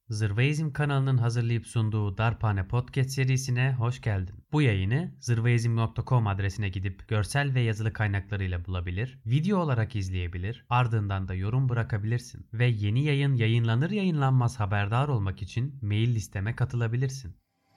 Zırvaizm kanalının hazırlayıp sunduğu Darphane Podcast serisine hoş geldin. Bu yayını zırvaizm.com adresine gidip görsel ve yazılı kaynaklarıyla bulabilir, video olarak izleyebilir, ardından da yorum bırakabilirsin. Ve yeni yayın yayınlanır yayınlanmaz haberdar olmak için mail listeme katılabilirsin.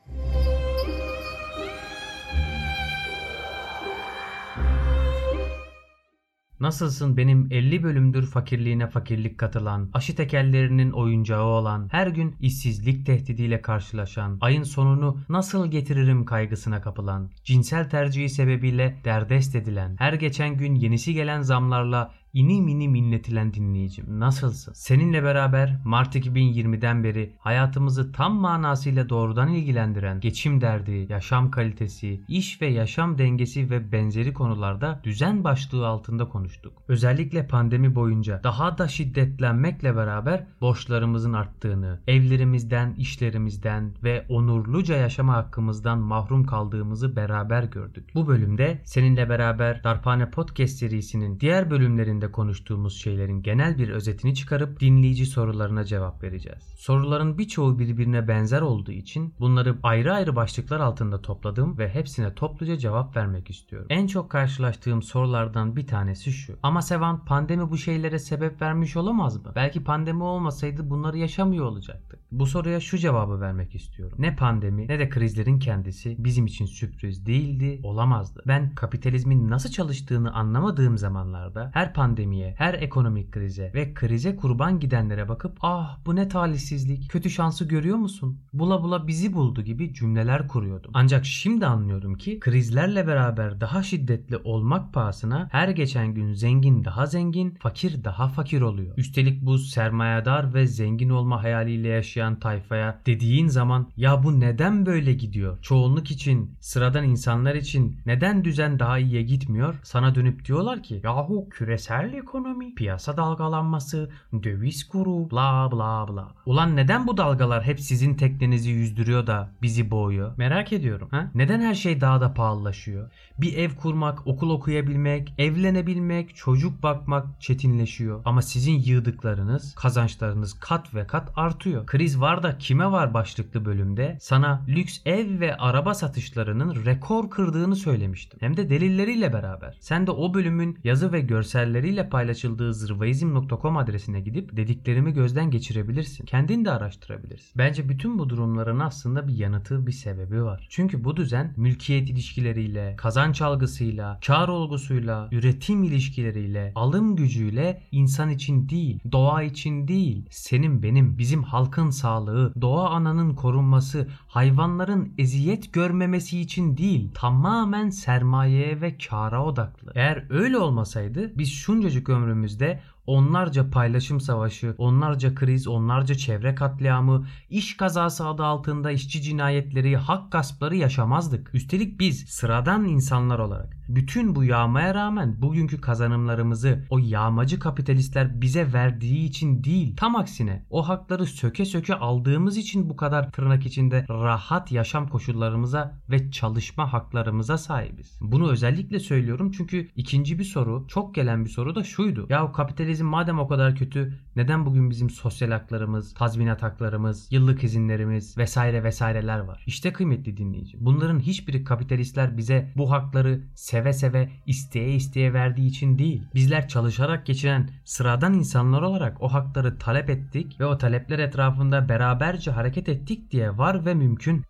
Nasılsın benim 50 bölümdür fakirliğine fakirlik katılan, aşı tekellerinin oyuncağı olan, her gün işsizlik tehdidiyle karşılaşan, ayın sonunu nasıl getiririm kaygısına kapılan, cinsel tercihi sebebiyle derdest edilen, her geçen gün yenisi gelen zamlarla İnim inim inletilen dinleyicim, nasılsın? Seninle beraber Mart 2020'den beri hayatımızı tam manasıyla doğrudan ilgilendiren geçim derdi, yaşam kalitesi, iş ve yaşam dengesi ve benzeri konularda düzen başlığı altında konuştuk. Özellikle pandemi boyunca daha da şiddetlenmekle beraber borçlarımızın arttığını, evlerimizden, işlerimizden ve onurluca yaşama hakkımızdan mahrum kaldığımızı beraber gördük. Bu bölümde seninle beraber Darphane Podcast serisinin diğer bölümlerinde konuştuğumuz şeylerin genel bir özetini çıkarıp dinleyici sorularına cevap vereceğiz. Soruların birçoğu birbirine benzer olduğu için bunları ayrı ayrı başlıklar altında topladım ve hepsine topluca cevap vermek istiyorum. En çok karşılaştığım sorulardan bir tanesi şu: ama Sevan, pandemi bu şeylere sebep vermiş olamaz mı? Belki pandemi olmasaydı bunları yaşamıyor olacaktık. Bu soruya şu cevabı vermek istiyorum: ne pandemi ne de krizlerin kendisi bizim için sürpriz değildi, olamazdı. Ben kapitalizmin nasıl çalıştığını anlamadığım zamanlarda her pandemiye, her ekonomik krize ve krize kurban gidenlere bakıp "Ah, bu ne talihsizlik, kötü şansı görüyor musun? Bula bula bizi buldu" gibi cümleler kuruyordum. Ancak şimdi anlıyorum ki krizlerle beraber daha şiddetli olmak pahasına her geçen gün zengin daha zengin, fakir daha fakir oluyor. Üstelik bu sermayedar ve zengin olma hayaliyle yaşayan tayfaya dediğin zaman "Ya bu neden böyle gidiyor? Çoğunluk için, sıradan insanlar için neden düzen daha iyiye gitmiyor?" Sana dönüp diyorlar ki "Yahu küresel ekonomi, piyasa dalgalanması, döviz kuru, bla bla bla." Ulan neden bu dalgalar hep sizin teknenizi yüzdürüyor da bizi boğuyor? Merak ediyorum. Neden her şey daha da pahalılaşıyor? Bir ev kurmak, okul okuyabilmek, evlenebilmek, çocuk bakmak çetinleşiyor. Ama sizin yığdıklarınız, kazançlarınız kat ve kat artıyor. Kriz var da kime var başlıklı bölümde sana lüks ev ve araba satışlarının rekor kırdığını söylemiştim. Hem de delilleriyle beraber. Sen de o bölümün yazı ve görselleriyle paylaşıldığı zırvaizm.com adresine gidip dediklerimi gözden geçirebilirsin. Kendin de araştırabilirsin. Bence bütün bu durumların aslında bir yanıtı, bir sebebi var. Çünkü bu düzen mülkiyet ilişkileriyle, kazanç algısıyla, kar olgusuyla, üretim ilişkileriyle, alım gücüyle insan için değil, doğa için değil, senin benim, bizim halkın sağlığı, doğa ananın korunması, hayvanların eziyet görmemesi için değil, tamamen sermayeye ve kâra odaklı. Eğer öyle olmasaydı biz şuncacık ömrümüzde onlarca paylaşım savaşı, onlarca kriz, onlarca çevre katliamı, iş kazası adı altında işçi cinayetleri, hak gaspları yaşamazdık. Üstelik biz sıradan insanlar olarak bütün bu yağmaya rağmen bugünkü kazanımlarımızı o yağmacı kapitalistler bize verdiği için değil, tam aksine o hakları söke söke aldığımız için bu kadar tırnak içinde rahat yaşam koşullarımıza ve çalışma haklarımıza sahibiz. Bunu özellikle söylüyorum çünkü ikinci bir soru, çok gelen bir soru da şuydu: ya kapitalizm madem o kadar kötü, neden bugün bizim sosyal haklarımız, tazminat haklarımız, yıllık izinlerimiz vesaire vesaireler var? İşte kıymetli dinleyici, bunların hiçbiri kapitalistler bize bu hakları seve seve, isteye isteye verdiği için değil. Bizler çalışarak geçiren sıradan insanlar olarak o hakları talep ettik ve o talepler etrafında beraberce hareket ettik diye var ve mümkün.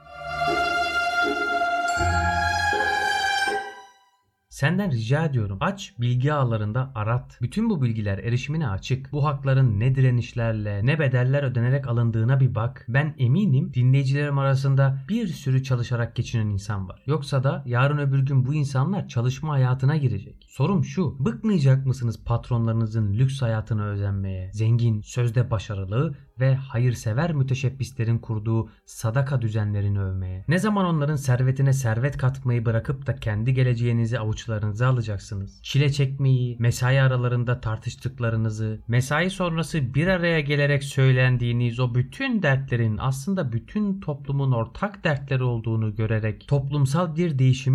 Senden rica ediyorum, aç, bilgi ağlarında arat. Bütün bu bilgiler erişimine açık. Bu hakların ne direnişlerle ne bedeller ödenerek alındığına bir bak. Ben eminim dinleyicilerim arasında bir sürü çalışarak geçinen insan var. Yoksa da yarın öbür gün bu insanlar çalışma hayatına girecek. Sorum şu: bıkmayacak mısınız patronlarınızın lüks hayatına özenmeye, zengin, sözde başarılı ve hayırsever müteşebbislerin kurduğu sadaka düzenlerini övmeye? Ne zaman onların servetine servet katmayı bırakıp da kendi geleceğinizi avuçlarınıza alacaksınız? Çile çekmeyi, mesai aralarında tartıştıklarınızı, mesai sonrası bir araya gelerek söylendiğiniz o bütün dertlerin aslında bütün toplumun ortak dertleri olduğunu görerek toplumsal bir değişimin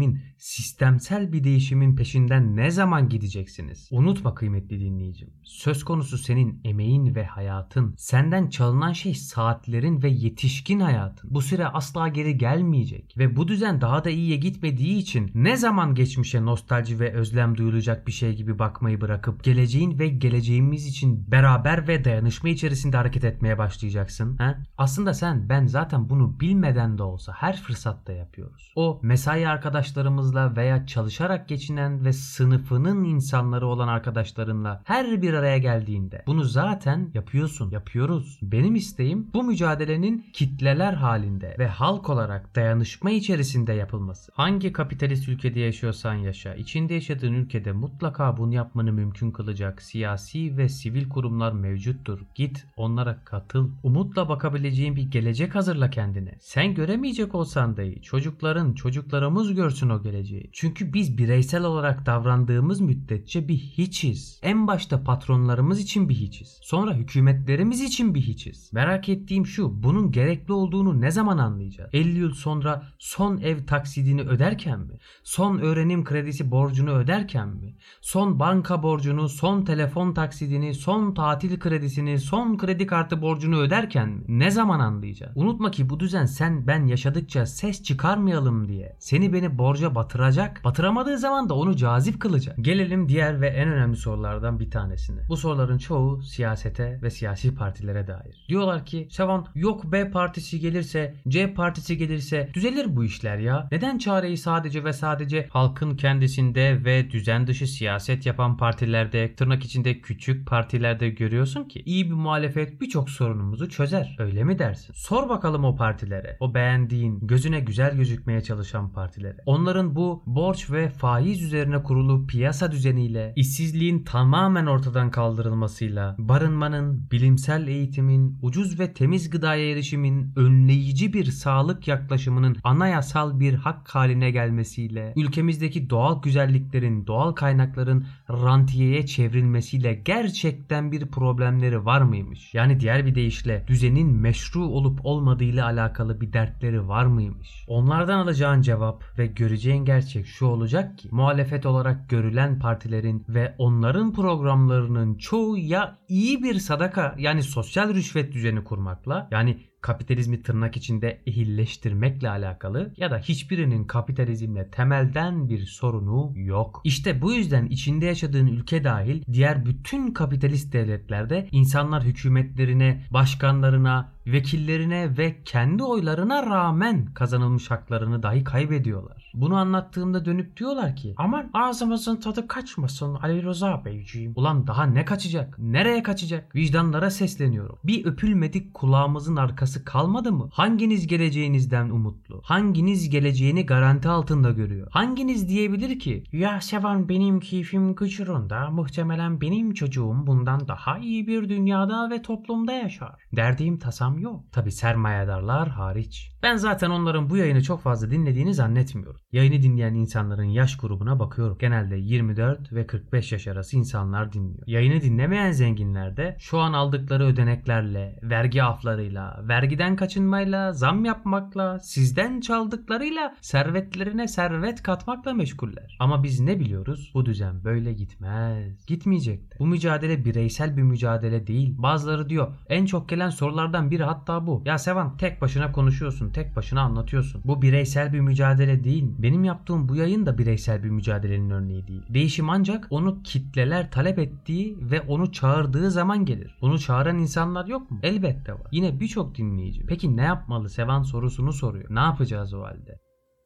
sistemsel bir değişimin peşinden ne zaman gideceksiniz? Unutma kıymetli dinleyicim. Söz konusu senin emeğin ve hayatın. Senden çalınan şey saatlerin ve yetişkin hayatın. Bu süre asla geri gelmeyecek ve bu düzen daha da iyiye gitmediği için ne zaman geçmişe nostalji ve özlem duyulacak bir şey gibi bakmayı bırakıp geleceğin ve geleceğimiz için beraber ve dayanışma içerisinde hareket etmeye başlayacaksın? Aslında sen, ben zaten bunu bilmeden de olsa her fırsatta yapıyoruz. O mesai arkadaşlarımızla veya çalışarak geçinen ve sınıfının insanları olan arkadaşlarınla her bir araya geldiğinde bunu zaten yapıyoruz. Benim isteğim bu mücadelenin kitleler halinde ve halk olarak dayanışma içerisinde yapılması. Hangi kapitalist ülkede yaşıyorsan yaşa, içinde yaşadığın ülkede mutlaka bunu yapmanı mümkün kılacak siyasi ve sivil kurumlar mevcuttur. Git onlara katıl. Umutla bakabileceğin bir gelecek hazırla kendine. Sen göremeyecek olsan dahi çocuklarımız görsün o geleceği. Çünkü biz bireysel olarak davrandığımız müddetçe bir hiçiz. En başta patronlarımız için bir hiçiz. Sonra hükümetlerimiz için bir hiçiz. Merak ettiğim şu, bunun gerekli olduğunu ne zaman anlayacağız? 50 yıl sonra son ev taksidini öderken mi? Son öğrenim kredisi borcunu öderken mi? Son banka borcunu, son telefon taksidini, son tatil kredisini, son kredi kartı borcunu öderken mi? Ne zaman anlayacağız? Unutma ki bu düzen sen ben yaşadıkça ses çıkarmayalım diye seni beni borca batıracak. Batıramadığı zaman da onu cazip kılacak. Gelelim diğer ve en önemli sorulardan bir tanesine. Bu soruların çoğu siyasete ve siyasi partilere dair. Diyorlar ki Sevan, yok B partisi gelirse, C partisi gelirse düzelir bu işler ya. Neden çareyi sadece ve sadece halkın kendisinde ve düzen dışı siyaset yapan partilerde, tırnak içinde küçük partilerde görüyorsun ki? İyi bir muhalefet birçok sorunumuzu çözer. Öyle mi dersin? Sor bakalım o partilere. O beğendiğin, gözüne güzel gözükmeye çalışan partilere. Onların bu borç ve faiz üzerine kurulu piyasa düzeniyle, işsizliğin tamamen ortadan kaldırılmasıyla, barınmanın, bilimsel eğitimin, ucuz ve temiz gıdaya erişimin, önleyici bir sağlık yaklaşımının anayasal bir hak haline gelmesiyle, ülkemizdeki doğal güzelliklerin, doğal kaynakların rantiyeye çevrilmesiyle gerçekten bir problemleri var mıymış? Yani diğer bir deyişle düzenin meşru olup olmadığıyla alakalı bir dertleri var mıymış? Onlardan alacağın cevap ve göreceğin gerçek şu olacak ki muhalefet olarak görülen partilerin ve onların programlarının çoğu ya iyi bir sadaka yani sosyal rüşvet düzeni kurmakla, yani kapitalizmi tırnak içinde ehilleştirmekle alakalı ya da hiçbirinin kapitalizmle temelden bir sorunu yok. İşte bu yüzden içinde yaşadığın ülke dahil diğer bütün kapitalist devletlerde insanlar hükümetlerine, başkanlarına, vekillerine ve kendi oylarına rağmen kazanılmış haklarını dahi kaybediyorlar. Bunu anlattığımda dönüp diyorlar ki aman ağzımızın tadı kaçmasın Ali Rıza Beyciğim. Ulan daha ne kaçacak? Nereye kaçacak? Vicdanlara sesleniyorum. Bir öpülmedik kulağımızın arkası kalmadı mı? Hanginiz geleceğinizden umutlu? Hanginiz geleceğini garanti altında görüyor? Hanginiz diyebilir ki ya Sevan benim keyfim gıcırında, muhtemelen benim çocuğum bundan daha iyi bir dünyada ve toplumda yaşar. Derdiğim tasam yok. Tabi sermayedarlar hariç. Ben zaten onların bu yayını çok fazla dinlediğini zannetmiyorum. Yayını dinleyen insanların yaş grubuna bakıyorum. Genelde 24 ve 45 yaş arası insanlar dinliyor. Yayını dinlemeyen zenginler de şu an aldıkları ödeneklerle, vergi aflarıyla, vergiden kaçınmayla, zam yapmakla, sizden çaldıklarıyla servetlerine servet katmakla meşguller. Ama biz ne biliyoruz? Bu düzen böyle gitmez. Gitmeyecek de. Bu mücadele bireysel bir mücadele değil. Bazıları diyor en çok gelen sorulardan biri hatta bu. Ya Sevan tek başına konuşuyorsun, tek başına anlatıyorsun. Bu bireysel bir mücadele değil. Benim yaptığım bu yayın da bireysel bir mücadelenin örneği değil. Değişim ancak onu kitleler talep ettiği ve onu çağırdığı zaman gelir. Bunu çağıran insanlar yok mu? Elbette var. Yine birçok dinleyici. Peki ne yapmalı? Sevan sorusunu soruyor. Ne yapacağız o halde?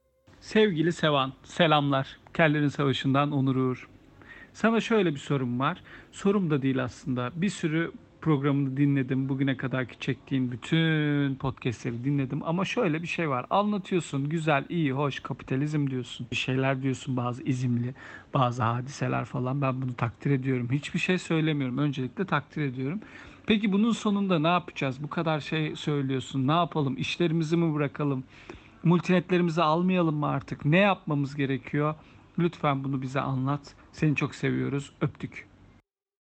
Sevgili Sevan, selamlar. Kellerin Savaşı'ndan Onur Uğur. Sana şöyle bir sorum var. Sorum da değil aslında. Bir sürü programını dinledim. Bugüne kadarki çektiğin bütün podcastleri dinledim. Ama şöyle bir şey var. Anlatıyorsun. Güzel, iyi, hoş, kapitalizm diyorsun. Bir şeyler diyorsun, bazı izimli, bazı hadiseler falan. Ben bunu takdir ediyorum. Hiçbir şey söylemiyorum. Öncelikle takdir ediyorum. Peki bunun sonunda ne yapacağız? Bu kadar şey söylüyorsun. Ne yapalım? İşlerimizi mi bırakalım? Multinetlerimizi almayalım mı artık? Ne yapmamız gerekiyor? Lütfen bunu bize anlat. Seni çok seviyoruz. Öptük.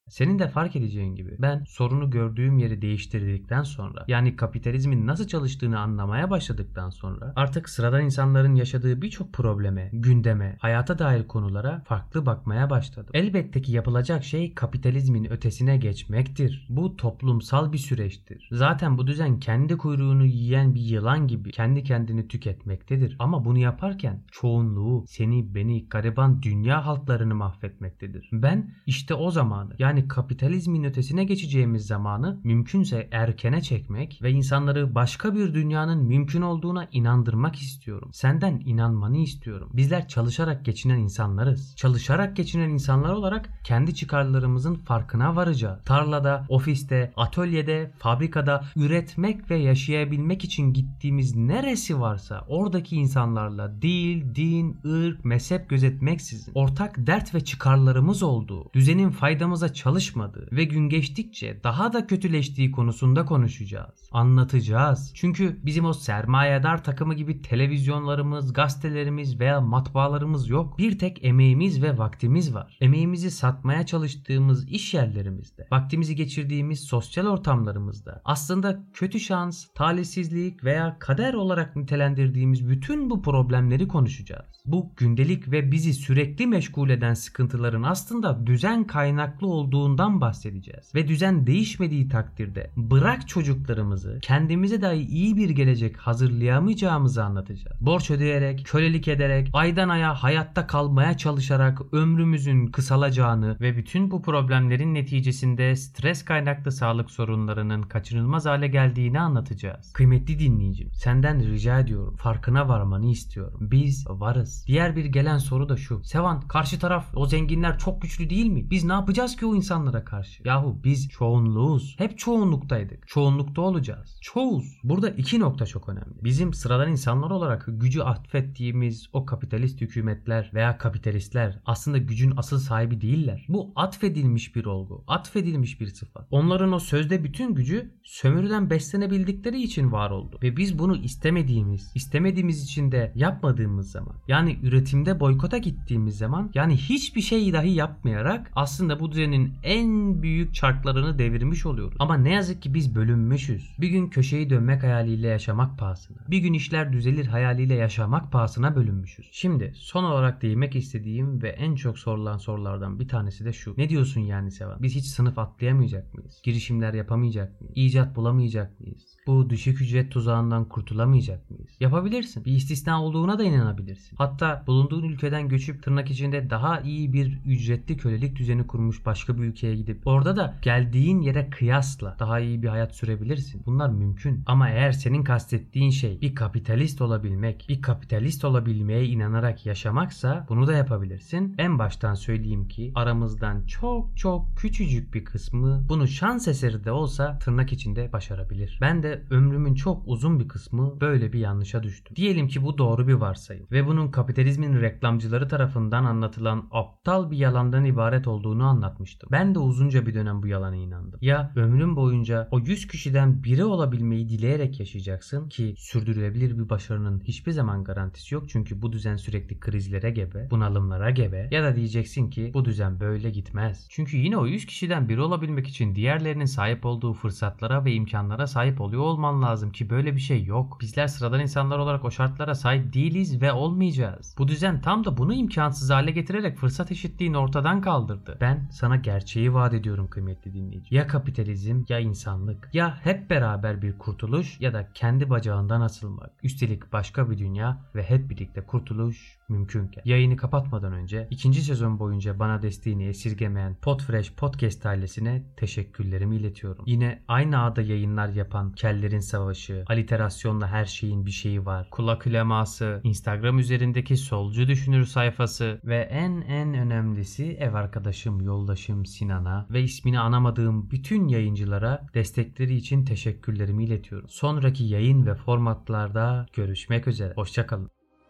Senin de fark edeceğin gibi ben sorunu gördüğüm yeri değiştirdikten sonra, yani kapitalizmin nasıl çalıştığını anlamaya başladıktan sonra artık sıradan insanların yaşadığı birçok probleme, gündeme, hayata dair konulara farklı bakmaya başladım. Elbette ki yapılacak şey kapitalizmin ötesine geçmektir. Bu toplumsal bir süreçtir. Zaten bu düzen kendi kuyruğunu yiyen bir yılan gibi kendi kendini tüketmektedir. Ama bunu yaparken çoğunluğu, seni, beni, gariban dünya halklarını mahvetmektedir. Ben işte o zamanı, yani kapitalizmin ötesine geçeceğimiz zamanı mümkünse erkene çekmek ve insanları başka bir dünyanın mümkün olduğuna inandırmak istiyorum. Senden inanmanı istiyorum. Bizler çalışarak geçinen insanlarız. Çalışarak geçinen insanlar olarak kendi çıkarlarımızın farkına varacağız. Tarlada, ofiste, atölyede, fabrikada üretmek ve yaşayabilmek için gittiğimiz neresi varsa oradaki insanlarla dil, din, ırk, mezhep gözetmeksizin ortak dert ve çıkarlarımız olduğu, düzenin faydamıza çalışmadığı ve gün geçtikçe daha da kötüleştiği konusunda konuşacağız. Anlatacağız. Çünkü bizim o sermayedar takımı gibi televizyonlarımız, gazetelerimiz veya matbaalarımız yok. Bir tek emeğimiz ve vaktimiz var. Emeğimizi satmaya çalıştığımız iş yerlerimizde, vaktimizi geçirdiğimiz sosyal ortamlarımızda, aslında kötü şans, talihsizlik veya kader olarak nitelendirdiğimiz bütün bu problemleri konuşacağız. Bu gündelik ve bizi sürekli meşgul eden sıkıntıların aslında düzen kaynaklı olduğundan bahsedeceğiz. Ve düzen değişmediği takdirde bırak çocuklarımızı, kendimize dahi iyi bir gelecek hazırlayamayacağımızı anlatacağız. Borç ödeyerek, kölelik ederek, aydan aya hayatta kalmaya çalışarak ömrümüzün kısalacağını ve bütün bu problemlerin neticesinde stres kaynaklı sağlık sorunlarının kaçınılmaz hale geldiğini anlatacağız. Kıymetli dinleyicim, senden rica ediyorum, farkına varmanı istiyorum. Biz varız. Diğer bir gelen soru da şu: Sevan, karşı taraf, o zenginler çok güçlü değil mi? Biz ne yapacağız ki o insanlara karşı? Yahu biz çoğunluğuz. Hep çoğunluktaydık. Çoğunlukta olacağız. Çoğuz. Burada iki nokta çok önemli. Bizim sıradan insanlar olarak gücü atfettiğimiz o kapitalist hükümetler veya kapitalistler aslında gücün asıl sahibi değiller. Bu atfedilmiş bir olgu. Atfedilmiş bir sıfat. Onların o sözde bütün gücü sömürüden beslenebildikleri için var oldu. Ve biz bunu istemediğimiz için de yapmadığımız zaman, yani üretimde boykota gittiğimiz zaman, yani hiçbir şey dahi yapmayarak aslında bu düzenin en büyük çarklarını devirmiş oluyoruz. Ama ne yazık ki biz bölünmüşüz. Bir gün köşeyi dönmek hayaliyle yaşamak pahasına, bir gün işler düzelir hayaliyle yaşamak pahasına bölünmüşüz. Şimdi son olarak değinmek istediğim ve en çok sorulan sorulardan bir tanesi de şu: ne diyorsun yani Sevan? Biz hiç sınıf atlayamayacak mıyız? Girişimler yapamayacak mıyız? İcat bulamayacak mıyız? Bu düşük ücret tuzağından kurtulamayacak mıyız? Yapabilirsin. Bir istisna olduğuna da inanabilirsin. Hatta bulunduğun ülkeden göçüp tırnak içinde daha iyi bir ücretli kölelik düzeni kurmuş başka bir ülkeye gidip orada da geldiğin yere kıyasla daha iyi bir hayat sürebilirsin. Bunlar mümkün. Ama eğer senin kastettiğin şey bir kapitalist olabilmek, bir kapitalist olabilmeye inanarak yaşamaksa bunu da yapabilirsin. En baştan söyleyeyim ki aramızdan çok küçücük bir kısmı bunu şans eseri de olsa tırnak içinde başarabilir. Ben de ömrümün çok uzun bir kısmı böyle bir yanlışa düştüm. Diyelim ki bu doğru bir varsayım ve bunun kapitalizmin reklamcıları tarafından anlatılan aptal bir yalandan ibaret olduğunu anlatmıştım. Ben de uzunca bir dönem bu yalana inandım. Ya ömrün boyunca o 100 kişiden biri olabilmeyi dileyerek yaşayacaksın ki sürdürülebilir bir başarının hiçbir zaman garantisi yok, çünkü bu düzen sürekli krizlere gebe, bunalımlara gebe, ya da diyeceksin ki bu düzen böyle gitmez. Çünkü yine o 100 kişiden biri olabilmek için diğerlerinin sahip olduğu fırsatlara ve imkanlara sahip oluyor olman lazım ki böyle bir şey yok. Bizler sıradan insanlar olarak o şartlara sahip değiliz ve olmayacağız. Bu düzen tam da bunu imkansız hale getirerek fırsat eşitliğini ortadan kaldırdı. Ben sana gerçeği vaat ediyorum kıymetli dinleyici. Ya kapitalizm ya insanlık. Ya hep beraber bir kurtuluş ya da kendi bacağından asılmak. Üstelik başka bir dünya ve hep birlikte kurtuluş mümkünken. Yayını kapatmadan önce 2. sezon boyunca bana desteğini esirgemeyen Podfresh Podcast ailesine teşekkürlerimi iletiyorum. Yine aynı ağda yayınlar yapan Kellerin Savaşı, Aliterasyonla Her Şeyin Bir Şeyi Var, Kulak Üleması, Instagram üzerindeki Solcu Düşünür sayfası ve en önemlisi ev arkadaşım, yoldaşım Sinan'a ve ismini anamadığım bütün yayıncılara destekleri için teşekkürlerimi iletiyorum. Sonraki yayın ve formatlarda görüşmek üzere. Hoşçakalın.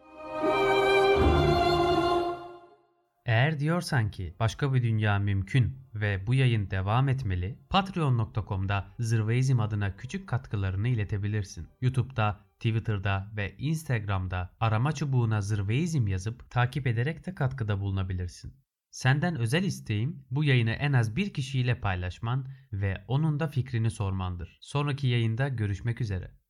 Eğer diyorsan ki başka bir dünya mümkün ve bu yayın devam etmeli, patreon.com'da Zırveizm adına küçük katkılarını iletebilirsin. YouTube'da, Twitter'da ve Instagram'da arama çubuğuna Zırveizm yazıp takip ederek de katkıda bulunabilirsin. Senden özel isteğim bu yayını en az bir kişiyle paylaşman ve onun da fikrini sormandır. Sonraki yayında görüşmek üzere.